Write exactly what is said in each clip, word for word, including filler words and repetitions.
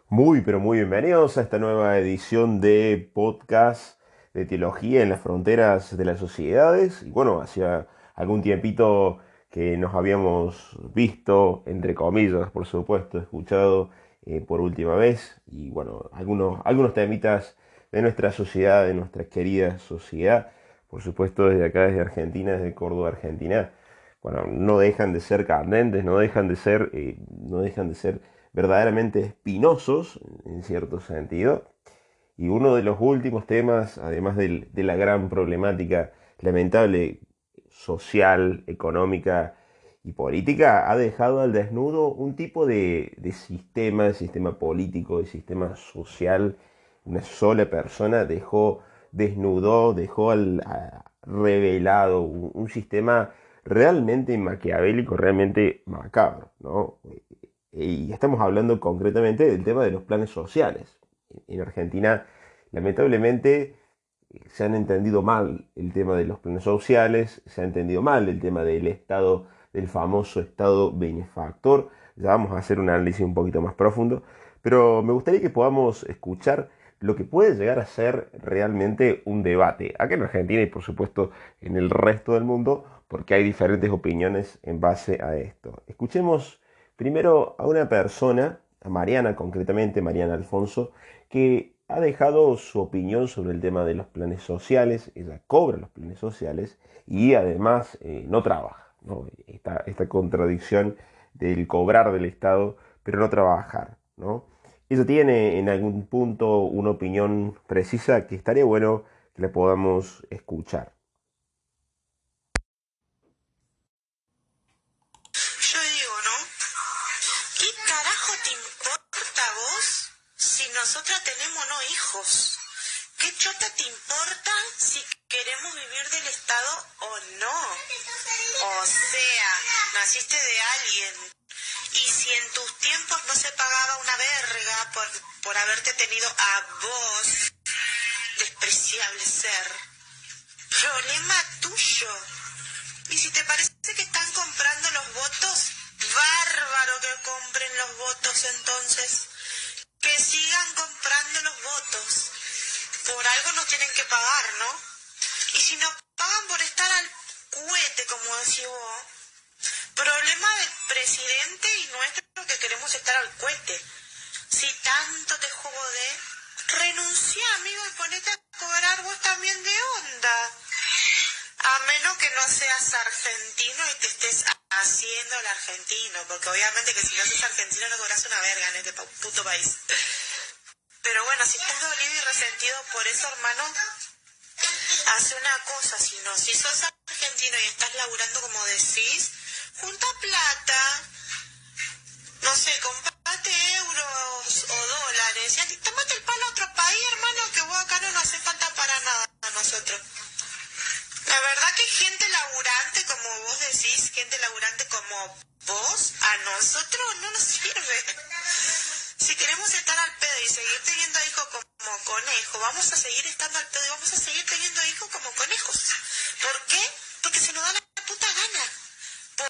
Muy, pero muy bienvenidos a esta nueva edición de podcast de teología en las fronteras de las sociedades. Y bueno, hacía algún tiempito que nos habíamos visto, entre comillas, por supuesto, escuchado eh, por última vez. Y bueno, algunos, algunos temitas de nuestra sociedad, de nuestra querida sociedad, por supuesto, desde acá, desde Argentina, desde Córdoba, Argentina. Bueno, no dejan de ser candentes, no dejan de ser, eh, no dejan de ser verdaderamente espinosos, en cierto sentido. Y uno de los últimos temas, además del- de la gran problemática lamentable social, económica y política, ha dejado al desnudo un tipo de, de sistema, de sistema político, de sistema social. Una sola persona dejó, desnudó, dejó al, a- revelado un, un sistema realmente maquiavélico, realmente macabro, ¿no? Y estamos hablando concretamente del tema de los planes sociales. En Argentina, lamentablemente, se han entendido mal el tema de los planes sociales, se ha entendido mal el tema del Estado, del famoso Estado benefactor. Ya vamos a hacer un análisis un poquito más profundo, pero me gustaría que podamos escuchar lo que puede llegar a ser realmente un debate, acá en Argentina y por supuesto en el resto del mundo, porque hay diferentes opiniones en base a esto. Escuchemos primero a una persona, a Mariana concretamente, Mariana Alfonso, que ha dejado su opinión sobre el tema de los planes sociales. Ella cobra los planes sociales y además eh, no trabaja, ¿no? Esta, esta contradicción del cobrar del Estado pero no trabajar, ¿no? Ella tiene en algún punto una opinión precisa que estaría bueno que la podamos escuchar. Yo digo, ¿no? ¿Qué carajo te importa a vos si nosotras tenemos no hijos? ¿Qué chota te importa si queremos vivir del Estado o no? O sea, naciste de alguien. Y si en tus tiempos no se pagaba una verga por, por haberte tenido a vos, despreciable ser, problema tuyo. Y si te parece que están comprando los votos, bárbaro que compren los votos entonces. Que sigan comprando los votos. Por algo nos tienen que pagar, ¿no? Y si nos pagan por estar al cuete, como decís vos, problema del presidente y nuestro que queremos estar al cuete. Si tanto te jode, renuncia, amigo, y ponete a cobrar vos también de onda. A menos que no seas argentino y te estés haciendo el argentino, porque obviamente que si no sos argentino no cobras una verga en este puto país. Pero bueno, si estás dolido y resentido por eso, hermano, hace una cosa, si no, si sos argentino y estás laburando como decís, junta plata, no sé, comprate euros o dólares, y tomate el palo a otro país, hermano, que vos acá no nos hace falta para nada a nosotros. La verdad que gente laburante, como vos decís, gente laburante como vos, a nosotros no nos sirve. Si queremos estar al pedo y seguir teniendo hijos como conejos, vamos a seguir estando al pedo y vamos a seguir teniendo hijos como conejos. ¿Por qué? Porque se nos da la puta gana. Por...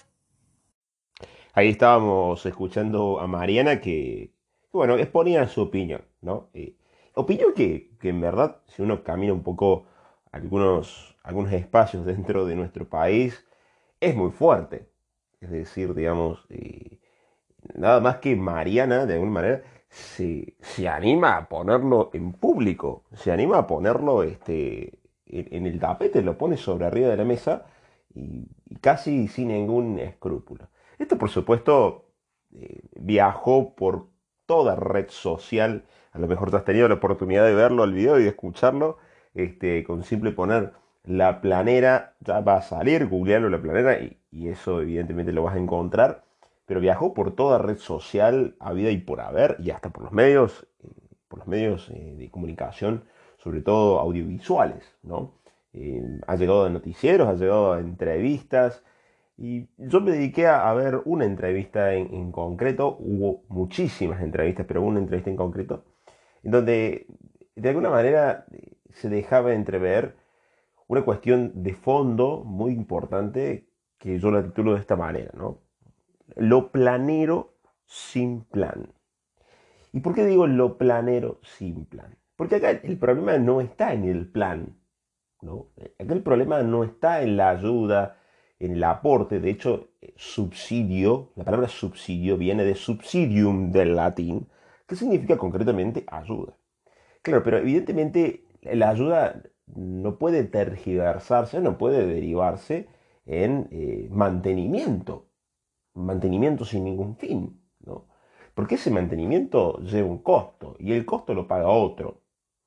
Ahí estábamos escuchando a Mariana que, bueno, exponía su opinión, ¿no? Eh, opinión que, que en verdad, si uno camina un poco algunos, algunos espacios dentro de nuestro país, es muy fuerte. Es decir, digamos, eh, nada más que Mariana, de alguna manera, se, se anima a ponerlo en público, se anima a ponerlo este, en, en el tapete, lo pone sobre arriba de la mesa y, y casi sin ningún escrúpulo. Esto, por supuesto, eh, viajó por toda red social. A lo mejor tú has tenido la oportunidad de verlo al video y de escucharlo. Este, con simple poner la planera, ya va a salir, googlearlo la planera y, y eso evidentemente lo vas a encontrar. Pero viajó por toda red social, habida y por haber, y hasta por los medios, eh, por los medios eh, de comunicación, sobre todo audiovisuales, ¿no? Eh, ha llegado a noticieros, ha llegado a entrevistas, y yo me dediqué a, a ver una entrevista en, en concreto, hubo muchísimas entrevistas, pero una entrevista en concreto, en donde de alguna manera eh, se dejaba entrever una cuestión de fondo muy importante que yo la titulo de esta manera, ¿no? Lo planero sin plan. ¿Y por qué digo lo planero sin plan? Porque acá el problema no está en el plan, ¿no? Acá el problema no está en la ayuda, en el aporte. De hecho, subsidio, la palabra subsidio viene de subsidium del latín, que significa concretamente ayuda. Claro, pero evidentemente la ayuda no puede tergiversarse, no puede derivarse en eh, mantenimiento, mantenimiento sin ningún fin, ¿no? Porque ese mantenimiento lleva un costo y el costo lo paga otro.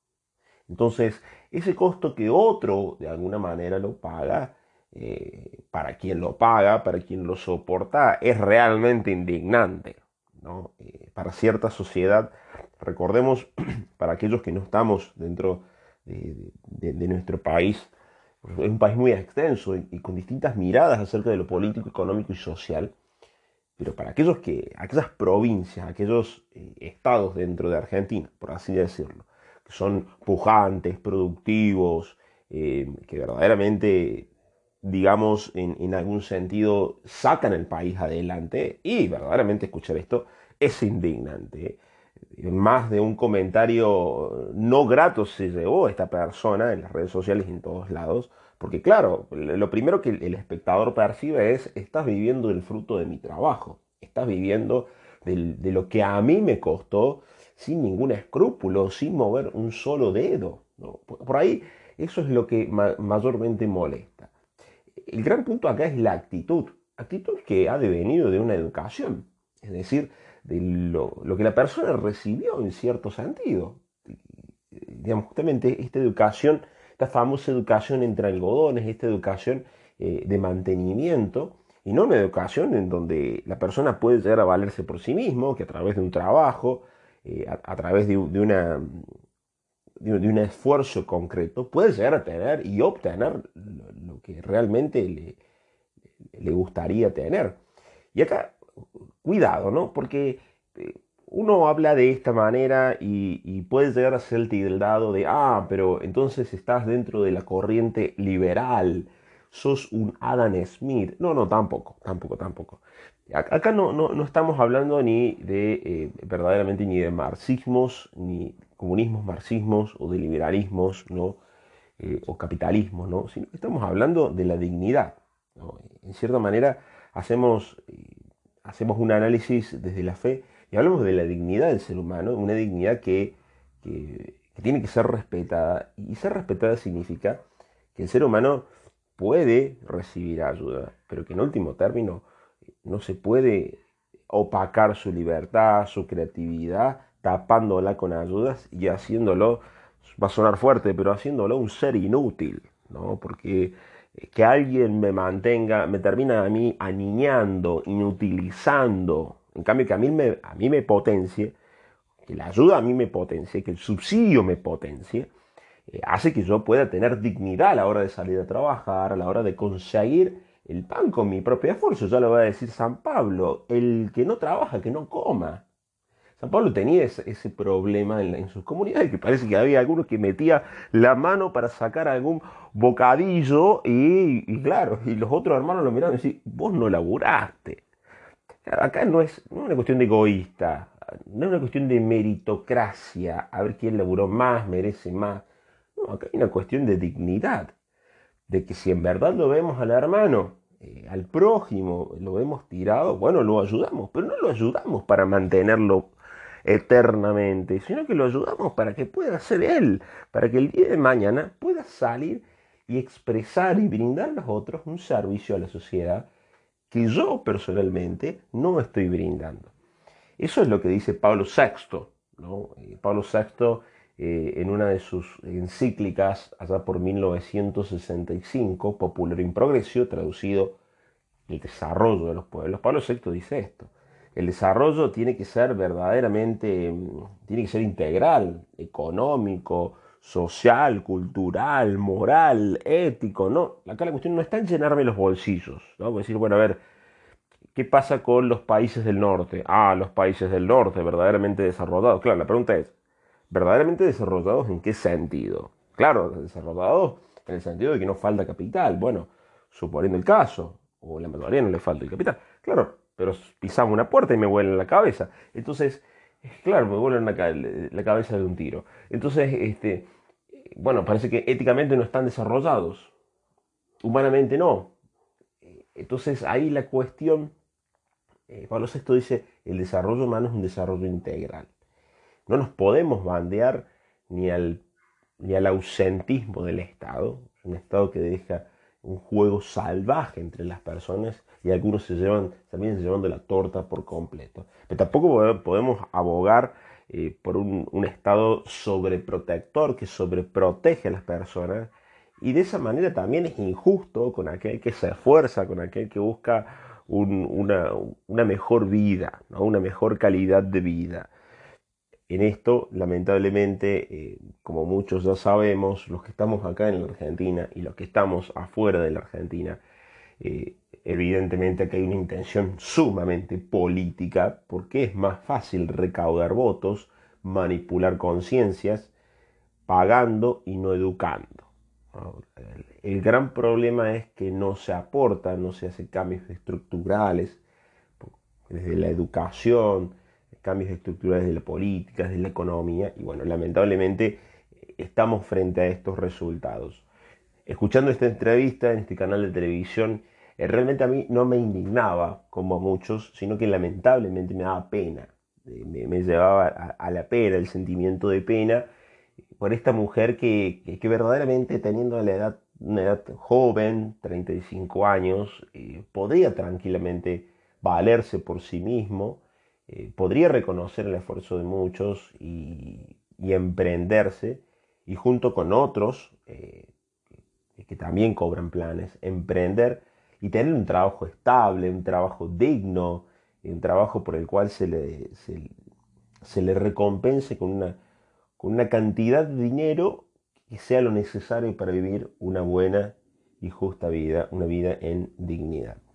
Entonces, ese costo que otro de alguna manera lo paga, eh, para quien lo paga, para quien lo soporta, es realmente indignante, ¿no? Eh, para cierta sociedad, recordemos, para aquellos que no estamos dentro de, de- de nuestro país, es un país muy extenso y, y con distintas miradas acerca de lo político, económico y social, pero para aquellos que, aquellas provincias, aquellos eh, estados dentro de Argentina, por así decirlo, que son pujantes, productivos, eh, que verdaderamente, digamos, en, en algún sentido sacan el país adelante, y verdaderamente escuchar esto es indignante. ¿Eh? Más de un comentario no grato se llevó esta persona en las redes sociales y en todos lados, porque claro, lo primero que el espectador percibe es: estás viviendo el fruto de mi trabajo, estás viviendo del- de lo que a mí me costó, sin ningún escrúpulo, sin mover un solo dedo, ¿no? Por, por ahí eso es lo que ma- mayormente molesta. El gran punto acá es la actitud, actitud que ha devenido de una educación, es decir, de lo, lo que la persona recibió en cierto sentido. Digamos, justamente esta educación, esta famosa educación entre algodones, esta educación eh, de mantenimiento, y no una educación en donde la persona puede llegar a valerse por sí mismo, que a través de un trabajo, eh, a, a través de, de una, de, de un esfuerzo concreto, puede llegar a tener y obtener lo, lo que realmente le, le gustaría tener. Y acá, cuidado, ¿no? Porque eh, uno habla de esta manera y, y puede llegar a ser tildado de: ah, pero entonces estás dentro de la corriente liberal, sos un Adam Smith. No, no, tampoco, tampoco, tampoco. Ac- Acá no, no, no estamos hablando ni de, eh, verdaderamente, ni de marxismos, ni comunismos, marxismos, o de liberalismos, ¿no? Eh, o capitalismo, ¿no? Sino que estamos hablando de la dignidad, ¿no? En cierta manera hacemos, eh, hacemos un análisis desde la fe y hablamos de la dignidad del ser humano, una dignidad que, que, que tiene que ser respetada, y ser respetada significa que el ser humano puede recibir ayuda, pero que en último término no se puede opacar su libertad, su creatividad, tapándola con ayudas y haciéndolo, va a sonar fuerte, pero haciéndolo un ser inútil, ¿no? Porque eh, que alguien me mantenga, me termina a mí aniñando, inutilizando, en cambio que a mí me, a mí me potencie, que la ayuda a mí me potencie, que el subsidio me potencie, eh, hace que yo pueda tener dignidad a la hora de salir a trabajar, a la hora de conseguir el pan con mi propio esfuerzo. Ya lo va a decir San Pablo: el que no trabaja, que no coma. San Pablo tenía ese, ese problema en, la- en sus comunidades, que parece que había algunos que metía la mano para sacar algún bocadillo y, y claro, y los otros hermanos lo miraban y decían: vos no laburaste. Acá no es, no es una cuestión de egoísta, no es una cuestión de meritocracia, a ver quién laburó más, merece más. No, acá hay una cuestión de dignidad, de que si en verdad lo vemos al hermano, eh, al prójimo, lo vemos tirado, bueno, lo ayudamos, pero no lo ayudamos para mantenerlo eternamente, sino que lo ayudamos para que pueda ser él, para que el día de mañana pueda salir y expresar y brindar a los otros un servicio a la sociedad que yo personalmente no estoy brindando. Eso es lo que dice Pablo sexto, ¿no? Eh, Pablo sexto, eh, en una de sus encíclicas, allá por mil novecientos sesenta y cinco, Popular in Progressio, traducido el desarrollo de los pueblos, Pablo sexto dice esto: el desarrollo tiene que ser verdaderamente, mm, tiene que ser integral, económico, social, cultural, moral, ético, ¿no? Acá la cuestión no está en llenarme los bolsillos, ¿no? Decir, bueno, a ver, ¿qué pasa con los países del norte? Ah, los países del norte, verdaderamente desarrollados. Claro, la pregunta es: ¿verdaderamente desarrollados en qué sentido? Claro, desarrollados en el sentido de que no falta capital. Bueno, suponiendo el caso, o la mayoría no le falta el capital. Claro, pero pisamos una puerta y me vuelan la cabeza. Entonces, Claro, me vuelan la, ca- la cabeza de un tiro. Entonces, este, bueno, parece que éticamente no están desarrollados, humanamente no. Entonces ahí la cuestión, eh, Pablo sexto dice, el desarrollo humano es un desarrollo integral. No nos podemos bandear ni al, ni al ausentismo del Estado, un Estado que deja un juego salvaje entre las personas y algunos se llevan, también se llevan de la torta por completo. Pero tampoco podemos abogar eh, por un, un Estado sobreprotector que sobreprotege a las personas y de esa manera también es injusto con aquel que se esfuerza, con aquel que busca un- una, una mejor vida, ¿no? Una mejor calidad de vida. En esto, lamentablemente, eh, como muchos ya sabemos, los que estamos acá en la Argentina y los que estamos afuera de la Argentina, eh, evidentemente aquí hay una intención sumamente política, porque es más fácil recaudar votos, manipular conciencias, pagando y no educando. ¿No? El, el gran problema es que no se aporta, no se hacen cambios estructurales desde la educación, cambios estructurales de la política, de la economía, y bueno, lamentablemente estamos frente a estos resultados. Escuchando esta entrevista en este canal de televisión, eh, realmente a mí no me indignaba, como a muchos, sino que lamentablemente me daba pena. Eh, me, me llevaba a, a la pena, el sentimiento de pena por esta mujer que, que, que verdaderamente teniendo la edad, una edad joven, treinta y cinco años, eh, podría tranquilamente valerse por sí mismo, eh, podría reconocer el esfuerzo de muchos y, y emprenderse, y junto con otros eh, que también cobran planes, emprender y tener un trabajo estable, un trabajo digno, un trabajo por el cual se le, se, se le recompense con una, con una cantidad de dinero que sea lo necesario para vivir una buena y justa vida, una vida en dignidad.